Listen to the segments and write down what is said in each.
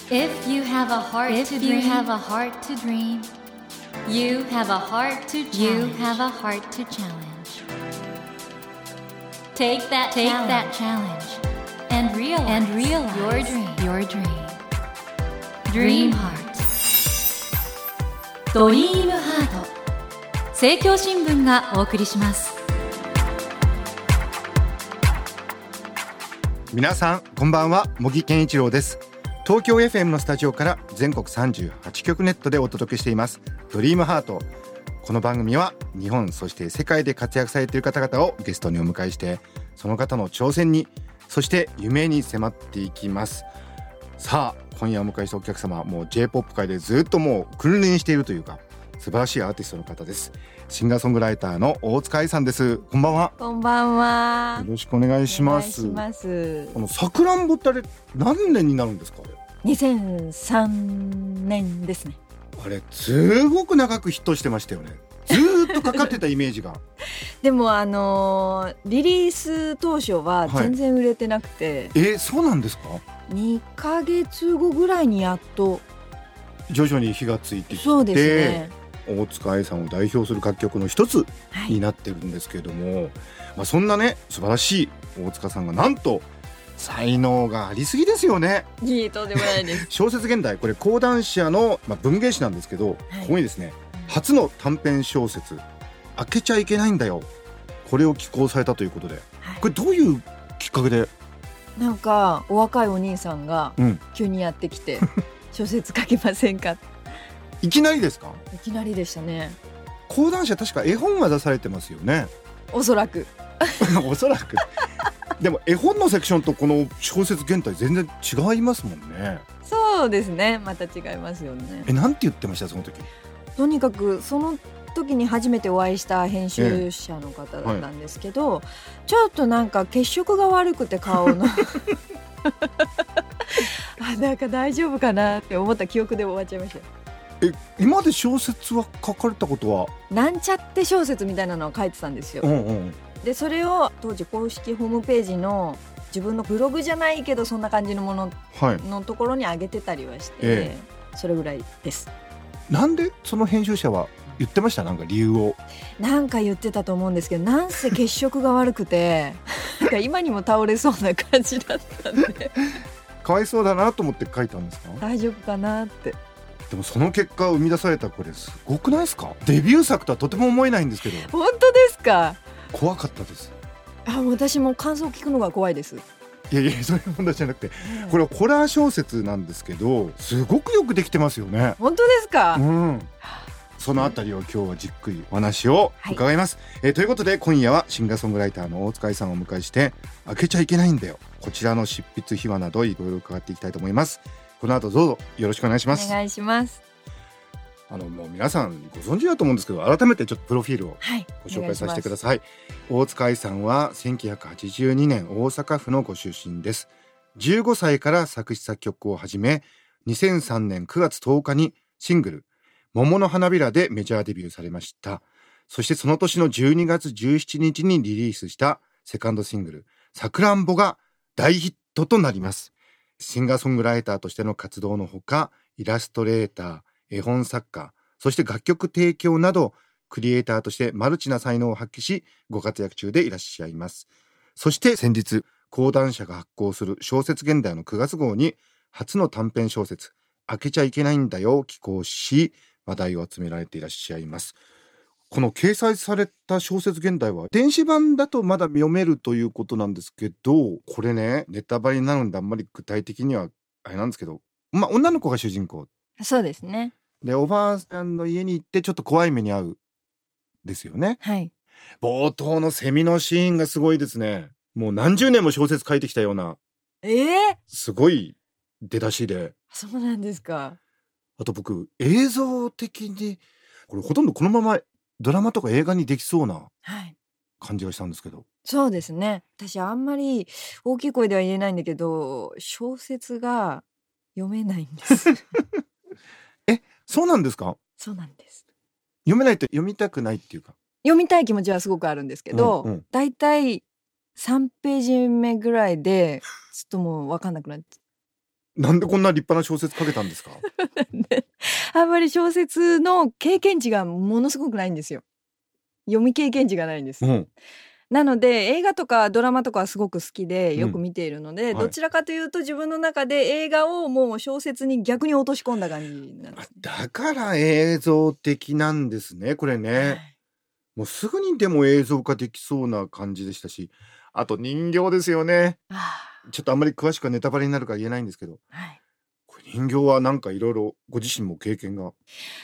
If you have a heart to dream, you have a heart to dream. You have a heart to challenge. You have a heart to challenge. Take that challenge and realize your dream. Dream Heart. ドリームハート。政教新聞がお送りします。 皆さんこんばんは、茂木健一郎です。東京 FM のスタジオから全国38局ネットでお届けしていますドリームハート。この番組は日本そして世界で活躍されている方々をゲストにお迎えして、その方の挑戦にそして夢に迫っていきます。さあ今夜お迎えしたお客様、もう J-POP 界でずっともう君臨しているというか素晴らしいアーティストの方です。シンガーソングライターの大塚愛さんです。こんばんは。 こんばんは。 よろしくお願いします。 お願いします。 このさくらんぼってあれ何年になるんですか？ 2003年ですね。 あれすごく長くヒットしてましたよね。ずっとかかってたイメージがでもリリース当初は全然売れてなくて、 そうなんですか ？2ヶ月後ぐらいにやっと徐々に火がついてきて、 そうですね、 大塚愛さんを代表する楽曲の一つになってるんですけれども、そんなね素晴らしい大塚さんがなんと才能がありすぎですよね。 いいとんでもないです小説現代、これ講談社の、文芸誌なんですけど、ここにですね初の短編小説開けちゃいけないんだよ、これを寄稿されたということで、これどういうきっかけで？ なんかお若いお兄さんが急にやってきて、小説書きませんか？ いきなりですか？ いきなりでしたね。 講談社確か絵本が出されてますよね。 おそらくおそらくでも絵本のセクションとこの小説現代全然違いますもんね。 そうですね、また違いますよね。 なんて言ってましたその時？ とにかくその時に初めてお会いした編集者の方だったんですけど、ちょっとなんか血色が悪くて顔のなんか大丈夫かなって思った記憶で終わっちゃいました。 今まで小説は書かれたことは？ なんちゃって小説みたいなのを書いてたんですよ、でそれを当時公式ホームページの自分のブログじゃないけどそんな感じのもののところに上げてたりはして、それぐらいです。 なんでその編集者は言ってました？なんか理由をなんか言ってたと思うんですけど、なんせ血色が悪くてなんか今にも倒れそうな感じだったんでかわいそうだなと思って書いたんですか？ 大丈夫かなって。 でもその結果生み出されたこれすごくないですか？デビュー作とはとても思えないんですけど。 本当ですか？ 怖かったです。 私も感想を聞くのが怖いです。 いやそういう問題じゃなくて、これはホラー小説なんですけどすごくよくできてますよね。 本当ですか？ そのあたりを今日はじっくりお話を伺います、ということで今夜はシンガーソングライターの大塚愛さんをお迎えして開けちゃいけないんだよ、こちらの執筆秘話などいろいろ伺っていきたいと思います。この後どうぞよろしくお願いします。 お願いします。 もう皆さんご存知だと思うんですけど、改めてちょっとプロフィールをご紹介させてください。大塚愛さんは1982年大阪府のご出身です。15歳から作詞作曲を始め、2003年9月10日にシングル桃の花びらでメジャーデビューされました。そしてその年の12月17日にリリースしたセカンドシングルさくらんぼが大ヒットとなります。シンガーソングライターとしての活動のほか、イラストレーター、絵本作家、そして楽曲提供などクリエイターとしてマルチな才能を発揮しご活躍中でいらっしゃいます。そして先日講談社が発行する小説現代の9月号に初の短編小説開けちゃいけないんだよを寄稿し話題を集められていらっしゃいます。この掲載された小説現代は電子版だとまだ読めるということなんですけど、これねネタバレになるんであんまり具体的にはあれなんですけど、女の子が主人公。 そうですね。 でおばあさんの家に行ってちょっと怖い目に遭うですよね。冒頭のセミのシーンがすごいですね。もう何十年も小説書いてきたような、すごい出だしで。 そうなんですか。 あと僕映像的にこれほとんどこのままドラマとか映画にできそうな感じがしたんですけど、 そうですね。私あんまり大きい声では言えないんだけど小説が読めないんですそうなんですか？ そうなんです。 読めないと読みたくないっていうか、 読みたい気持ちはすごくあるんですけど、だいたい3ページ目ぐらいでちょっともう分かんなくなっちゃう。 なんでこんな立派な小説書けたんですか？ あんまり小説の経験値がものすごくないんですよ。読み経験値がないんです、なので映画とかドラマとかはすごく好きでよく見ているので、どちらかというと自分の中で映画をもう小説に逆に落とし込んだ感じなんです、 だから映像的なんですねこれね、もうすぐにでも映像化できそうな感じでしたし、あと人形ですよね。ちょっとあんまり詳しくはネタバレになるから言えないんですけど、これ人形はなんかいろいろご自身も経験が。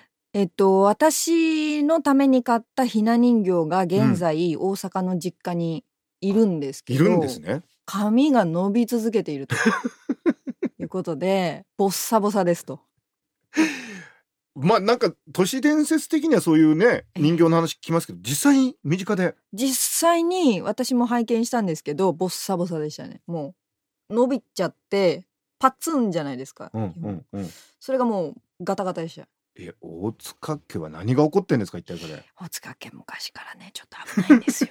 私のために買ったひな人形が現在、大阪の実家にいるんですけど、 いるんですね。 髪が伸び続けているということでボッサボサですと。 まあなんか都市伝説的にはそういうね人形の話聞きますけど、実際に身近で。 実際に私も拝見したんですけど、ボッサボサでしたね。もう伸びちゃってパッツンじゃないですか、それがもうガタガタでした。 大塚家は何が起こってんですか一体これ。 大塚家昔からねちょっと危ないんですよ。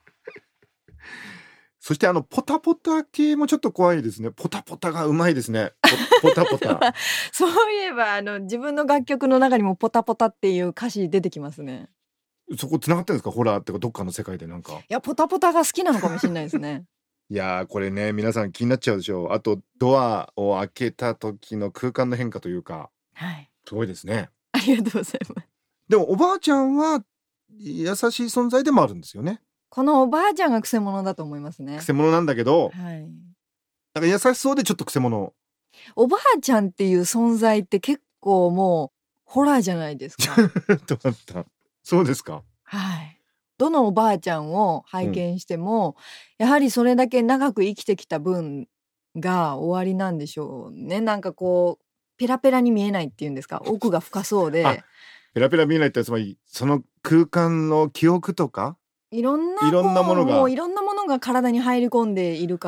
そしてポタポタ系もちょっと怖いですね。ポタポタがうまいですね。ポタポタ。 そういえば自分の楽曲の中にもポタポタっていう歌詞出てきますね。 そこ繋がってるんですか？ホラーってかどっかの世界でなんか。 いやポタポタが好きなのかもしれないですね。 いやーこれね皆さん気になっちゃうでしょう。あとドアを開けた時の空間の変化というか、すごいですね。 ありがとうございます。でもおばあちゃんは優しい存在でもあるんですよね。 このおばあちゃんがクセ者だと思いますね。 クセ者なんだけど、だから優しそうでちょっとクセ者。 おばあちゃんっていう存在って結構もうホラーじゃないですか。 どうだった？そうですか。 どのおばあちゃんを拝見しても、やはりそれだけ長く生きてきた分が終わりなんでしょうね。なんかこうペラペラに見えないっていうんですか、奥が深そうで。 ペラペラ見えないってつまりその空間の記憶とかいろんなものが体に入り込んでいるから、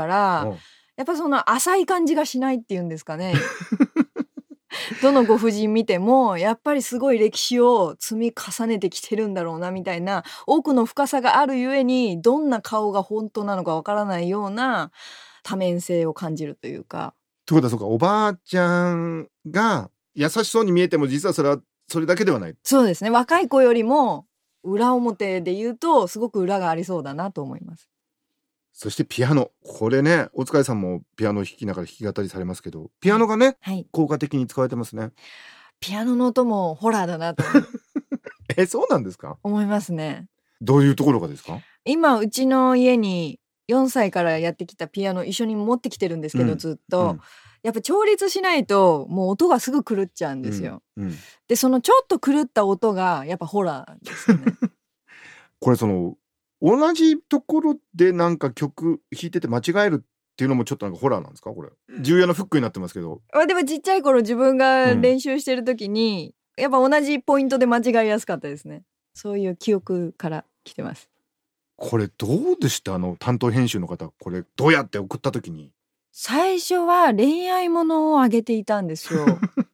やっぱその浅い感じがしないっていうんですかね。どのご婦人見てもやっぱりすごい歴史を積み重ねてきてるんだろうなみたいな、奥の深さがあるゆえにどんな顔が本当なのかわからないような多面性を感じるというか。 ということはそうか、おばあちゃんが優しそうに見えても実はそれだけではない。 そうですね。若い子よりも裏表で言うとすごく裏がありそうだなと思います。 そしてピアノ、これね大塚愛さんもピアノを弾きながら弾き語りされますけど、ピアノがね、効果的に使われてますね。 ピアノの音もホラーだなとそうなんですか？ 思いますね。 どういうところがですか？今うちの家に4歳からやってきたピアノ一緒に持ってきてるんですけど、ずっと、やっぱ調律しないともう音がすぐ狂っちゃうんですよ、でそのちょっと狂った音がやっぱホラーですよね。 これその同じところでなんか曲弾いてて間違えるっていうのもちょっとなんかホラーなんですか？これ重要なフックになってますけど。 でもちっちゃい頃自分が練習してる時に、やっぱ同じポイントで間違いやすかったですね。そういう記憶から来てます。 これどうでした？担当編集の方、これどうやって送った時に。 最初は恋愛ものを上げていたんですよ。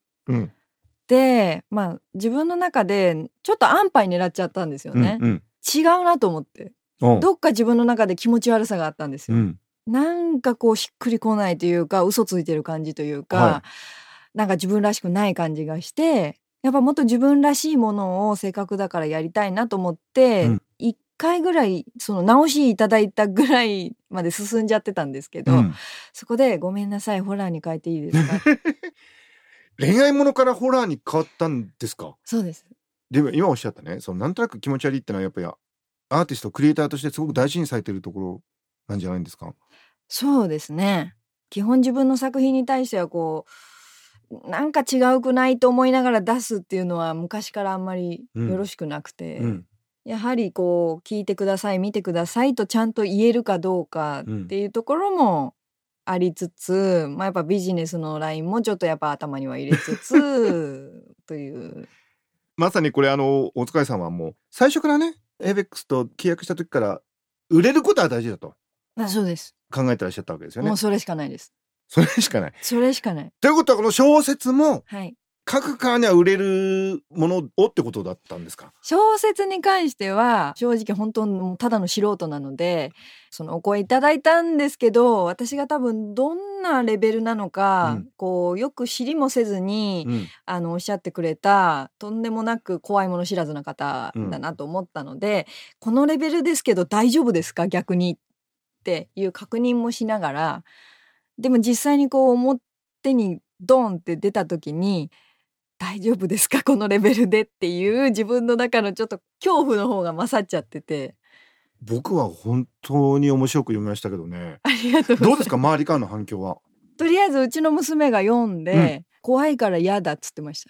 で自分の中でちょっと安牌狙っちゃったんですよね、違うなと思って、どっか自分の中で気持ち悪さがあったんですよ、なんかこうしっくりこないというか嘘ついてる感じというか、なんか自分らしくない感じがして、やっぱもっと自分らしいものをせっかくだからやりたいなと思って、1回ぐらいその直しいただいたぐらいまで進んじゃってたんですけど、そこでごめんなさいホラーに変えていいですか？ 恋愛ものからホラーに変わったんですか？ そうです。 でも今おっしゃったね、そのなんとなく気持ち悪いってのはやっぱりアーティストクリエイターとしてすごく大事にされているところなんじゃないんですか？そうですね。基本自分の作品に対してはこうなんか違うくないと思いながら出すっていうのは昔からあんまりよろしくなくて、やはりこう聞いてください見てくださいとちゃんと言えるかどうかっていうところもありつつ、やっぱビジネスのラインもちょっとやっぱ頭には入れつつというまさにこれ大塚愛さんはもう最初からね ABEX と契約した時から売れることは大事だと。そうです考えてらっしゃったわけですよね。もうそれしかないです。それしかない。それしかない。ということはこの小説も各川には売れるものをってことだったんですか？ 小説に関しては正直本当にただの素人なので、そのお声いただいたんですけど、私が多分どんなレベルなのか、こうよく知りもせずに、おっしゃってくれたとんでもなく怖いもの知らずな方だなと思ったので、このレベルですけど大丈夫ですか逆にっていう確認もしながら、でも実際にこう表にドーンって出た時に大丈夫ですかこのレベルでっていう自分の中のちょっと恐怖の方が勝っちゃってて。 僕は本当に面白く読みましたけどね。 ありがとうございます。 どうですか周りからの反響は？ とりあえずうちの娘が読んで、怖いから嫌だっつってました。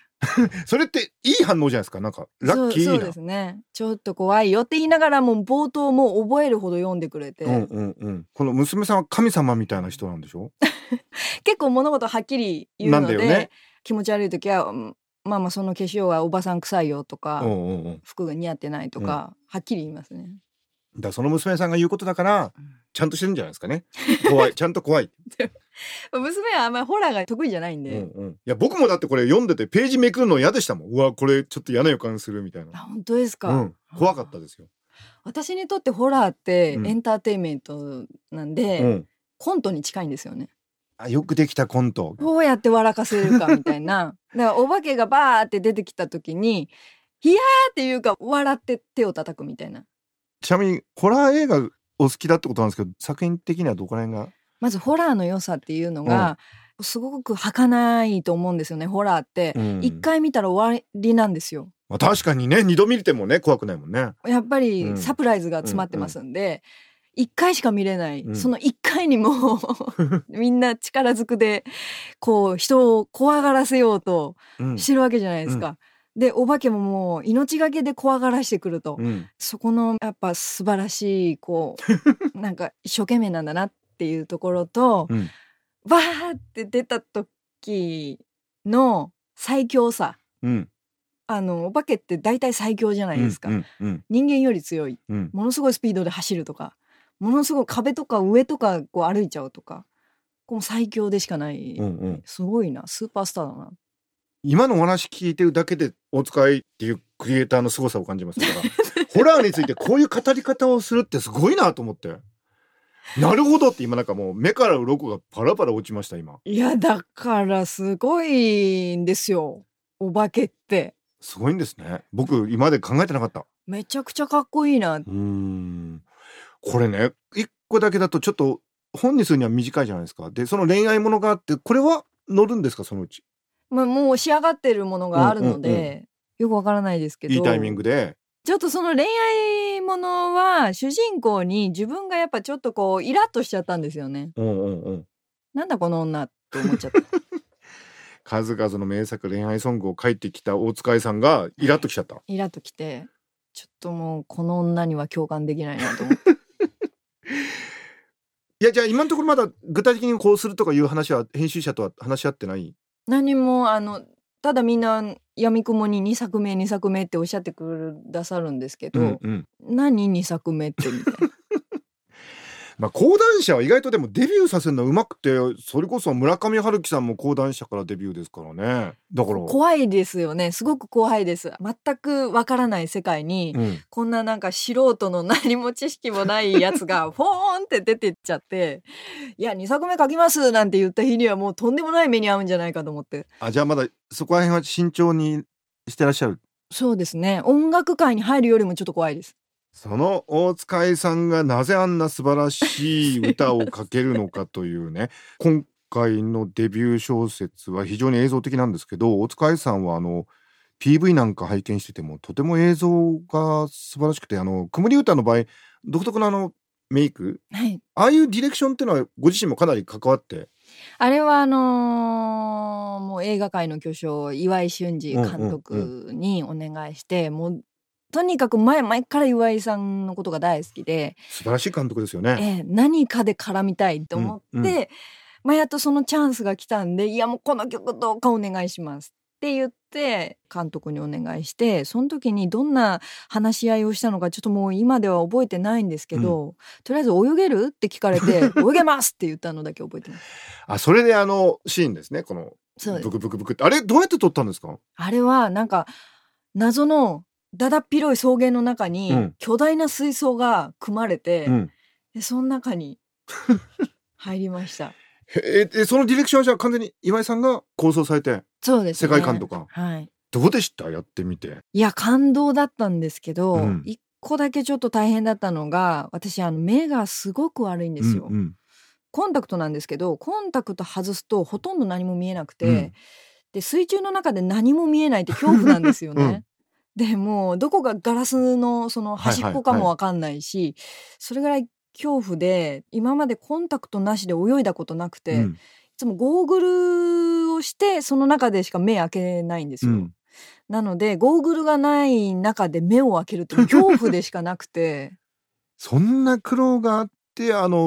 それっていい反応じゃないですか。なんかラッキーな。 そうですね。ちょっと怖いよって言いながらも冒頭も覚えるほど読んでくれて、 この娘さんは神様みたいな人なんでしょ？ 結構物事はっきり言うので、ね、気持ち悪い時はまあその化粧はおばさん臭いよとか、服が似合ってないとか、はっきり言いますね。 だからその娘さんが言うことだからちゃんとしてるんじゃないですかね。怖いちゃんと怖い娘はあんまりホラーが得意じゃないんで、 いや僕もだってこれ読んでてページめくるの嫌でしたもん。うわこれちょっと嫌な予感するみたいな。 本当ですか？ 怖かったですよ。 私にとってホラーってエンターテインメントなんで、コントに近いんですよね。 よくできたコント。 どうやって笑かせるかみたいな。だからお化けがバーって出てきた時にヒヤーっていうか笑って手を叩くみたいな。 ちなみにホラー映画お好きだってことなんですけど、作品的にはどこら辺が？ まずホラーの良さっていうのが、すごく儚いと思うんですよね。ホラーって一回見たら終わりなんですよ。 確かにね、二度見てもね怖くないもんね。 やっぱりサプライズが詰まってますんで、一回しか見れない、その一回にもみんな力ずくでこう人を怖がらせようとしてるわけじゃないですか。でお化けももう命がけで怖がらしてくると、そこのやっぱ素晴らしいこうなんか一生懸命なんだなっていうところと、バーって出た時の最強さ、お化けって大体最強じゃないですか。人間より強い、ものすごいスピードで走るとか、ものすごい壁とか上とかこう歩いちゃうとか、この最強でしかない、すごいな、スーパースターだな。 今のお話聞いてるだけで大塚愛っていうクリエイターの凄さを感じますからホラーについてこういう語り方をするってすごいなと思って、なるほどって今なんかもう目から鱗がパラパラ落ちました今。 いやだからすごいんですよ、お化けってすごいんですね。僕今まで考えてなかった。 めちゃくちゃかっこいいな。 これね一個だけだとちょっと本にするには短いじゃないですか。でその恋愛ものがあって、これは載るんですかそのうち？もう仕上がってるものがあるので、よくわからないですけど、 いいタイミングでちょっとその恋愛ものは主人公に自分がやっぱちょっとこうイラッとしちゃったんですよね。なんだこの女って思っちゃった数々の名作恋愛ソングを書いてきた大塚愛さんがイラッときちゃった。 イラッときて、ちょっともうこの女には共感できないなと思っていやじゃあ今のところまだ具体的にこうするとかいう話は編集者とは話し合ってない？何もただみんなやみくもに2作目2作目っておっしゃってくださるんですけど、何2作目ってみたいな講談社は意外とでもデビューさせるのうまくて、それこそ村上春樹さんも講談社からデビューですからね。だから怖いですよね。すごく怖いです。全くわからない世界に、こんななんか素人の何も知識もないやつがフォーンって出てっちゃっていや2作目書きますなんて言った日にはもうとんでもない目に遭うんじゃないかと思って。 じゃあまだそこら辺は慎重にしてらっしゃる？ そうですね。音楽界に入るよりもちょっと怖いです。 その大塚愛さんがなぜあんな素晴らしい歌を書けるのかというね今回のデビュー小説は非常に映像的なんですけど、大塚愛さんはPV なんか拝見しててもとても映像が素晴らしくて、くもり歌の場合独特なメイク、ああいうディレクションっていうのはご自身もかなり関わって？ あれはもう映画界の巨匠岩井俊二監督にお願いして、もうとにかく前から岩井さんのことが大好きで、 素晴らしい監督ですよね。 何かで絡みたいと思って、やっとそのチャンスが来たんで、いやもうこの曲どうかお願いしますって言って監督にお願いして、その時にどんな話し合いをしたのかちょっともう今では覚えてないんですけど、とりあえず泳げるって聞かれて泳げますって言ったのだけ覚えてます。 それでシーンですね、このそうです。 ブクブクブクって。あれどうやって撮ったんですか？ あれはなんか謎のだだっ広い草原の中に巨大な水槽が組まれて、でその中に入りました。 そのディレクションはじゃあ完全に岩井さんが構想されて、 そうですね、 世界観とか、 はい、 どうでした？やってみて。 いや感動だったんですけど、一個だけちょっと大変だったのが、私目がすごく悪いんですよ、コンタクトなんですけど、コンタクト外すとほとんど何も見えなくて、で水中の中で何も見えないって恐怖なんですよね、でもうどこがガラスのその端っこかも分かんないし、それぐらい恐怖で、今までコンタクトなしで泳いだことなくて、いつもゴーグルをしてその中でしか目開けないんですよ、なのでゴーグルがない中で目を開けるって恐怖でしかなくてそんな苦労があって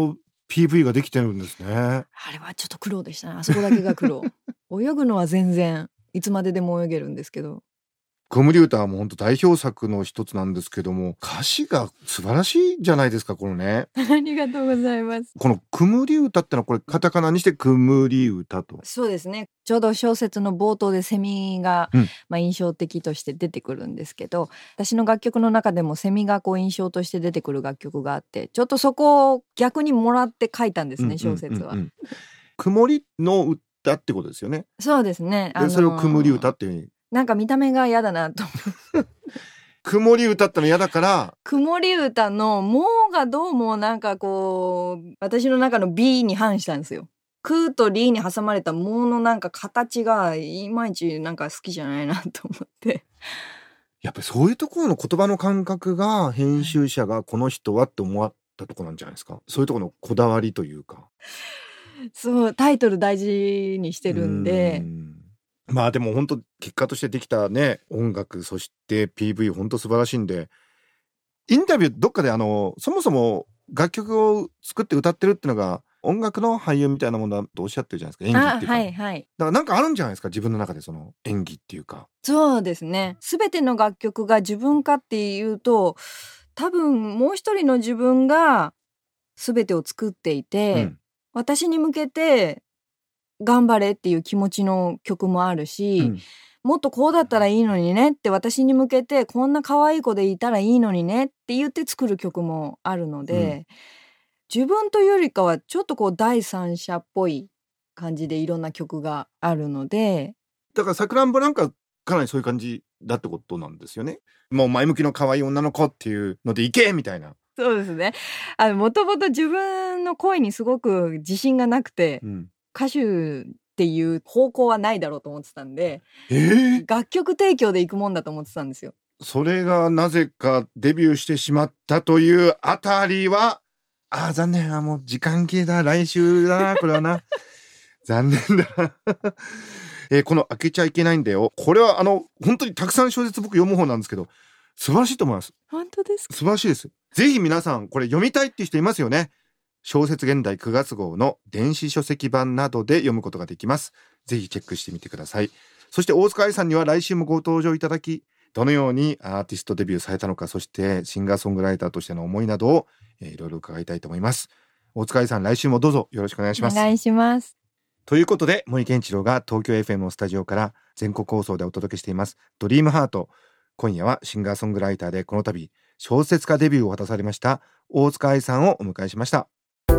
PV ができてるんですね。あれはちょっと苦労でしたね。あそこだけが苦労泳ぐのは全然いつまででも泳げるんですけど、 子守歌はもう本当代表作の一つなんですけども、歌詞が素晴らしいじゃないですか、このね。 ありがとうございます。 この子守歌ってのはこれカタカナにして子守歌と。 そうですね。ちょうど小説の冒頭でセミが、印象的として出てくるんですけど、私の楽曲の中でもセミがこう印象として出てくる楽曲があって、ちょっとそこを逆にもらって書いたんですね、小説は。 曇りの歌ってことですよね。 そうですね。 それを子守歌っていう。 なんか見た目が嫌だなと曇り歌ったの嫌だから、 曇り歌のもうがどうもなんかこう私の中の B に反したんですよ。空とリに挟まれたものなんか形がいまいちなんか好きじゃないなと思って、 やっぱりそういうところの言葉の感覚が編集者がこの人はって思ったところなんじゃないですか。そういうところのこだわりというか。 そう、タイトル大事にしてるんで。 まあでも本当結果としてできたね音楽、そして PV 本当素晴らしいんで、インタビューどっかでそもそも楽曲を作って歌ってるっていうのが音楽の俳優みたいなものだとおっしゃってるじゃないですか。演技っていうか、だからなんかあるんじゃないですか、自分の中でその演技っていうか。 そうですね。全ての楽曲が自分かっていうと、多分もう一人の自分が全てを作っていて、私に向けて頑張れっていう気持ちの曲もあるし、もっとこうだったらいいのにねって、私に向けてこんな可愛い子でいたらいいのにねって言って作る曲もあるので、自分というよりかはちょっとこう第三者っぽい感じでいろんな曲があるので、 だからさくらんぼなんかかなりそういう感じだってことなんですよね。もう前向きの可愛い女の子っていうのでいけみたいな。 そうですね。もともと自分の声にすごく自信がなくて、歌手っていう方向はないだろうと思ってたんで、楽曲提供で行くもんだと思ってたんですよ。 それがなぜかデビューしてしまったというあたりは、残念、もう時間切れだ、来週だな、これはな。残念だな。この開けちゃいけないんだよ。これは本当にたくさん小説僕読む方なんですけど、素晴らしいと思います。 本当ですか？ 素晴らしいです。ぜひ皆さんこれ読みたいっていう人いますよね。小説現代9月号の電子書籍版などで読むことができます。ぜひチェックしてみてください。そして大塚愛さんには来週もご登場いただき、どのようにアーティストデビューされたのか、そしてシンガーソングライターとしての思いなどをいろいろ伺いたいと思います。大塚愛さん、来週もどうぞよろしくお願いします。 お願いします。 ということで、森健一郎が東京 FM のスタジオから全国放送でお届けしていますドリームハート。今夜はシンガーソングライターでこの度小説家デビューを果たされました大塚愛さんをお迎えしました。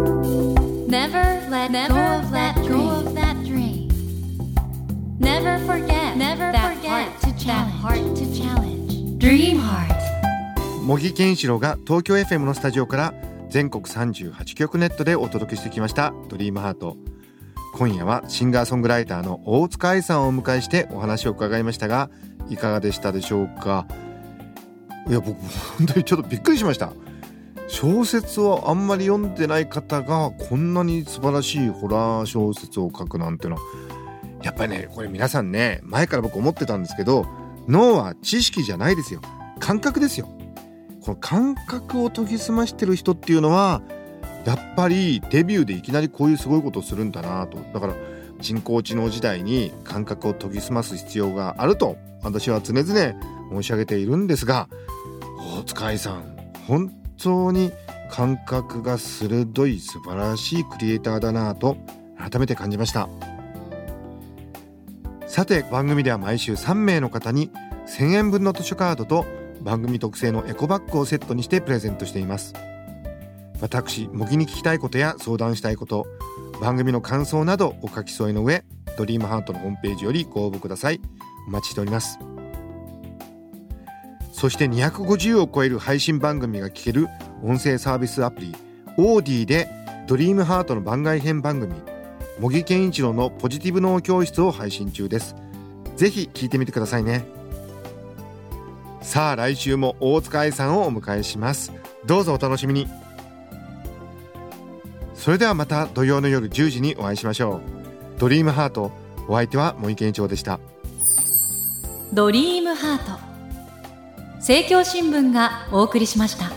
Never let go of that dream. Never forget that heart to challenge. Dream Heart. 茂木健一郎が東京 FM のスタジオから全国38局ネットでお届けしてきましたドリームハート。今夜はシンガーソングライターの大塚愛さんをお迎えしてお話を伺いましたが、いかがでしたでしょうか。いや、僕本当にちょっとびっくりしました。小説をあんまり読んでない方がこんなに素晴らしいホラー小説を書くなんての、やっぱりね、これ皆さんね、前から僕思ってたんですけど、脳は知識じゃないですよ、感覚ですよ。この感覚を研ぎ澄ましてる人っていうのはやっぱりデビューでいきなりこういうすごいことをするんだなと。だから人工知能時代に感覚を研ぎ澄ます必要があると私は常々申し上げているんですが、大塚愛さん本当に感覚が鋭い素晴らしいクリエイターだなと改めて感じました。 さて番組では毎週3名の方に1000円分の図書カードと番組特製のエコバッグをセットにしてプレゼントしています。私模擬に聞きたいことや相談したいこと、番組の感想などお書き添えの上、ドリームハートのホームページよりご応募ください。お待ちしております。そして250を超える配信番組が聞ける音声サービスアプリオーディでドリームハートの番外編番組茂木健一郎のポジティブ脳教室を配信中です。ぜひ聞いてみてくださいね。さあ来週も大塚愛さんをお迎えします。どうぞお楽しみに。それではまた土曜の夜10時にお会いしましょう。ドリームハート、お相手は茂木健一郎でした。 ドリームハート、政教新聞がお送りしました。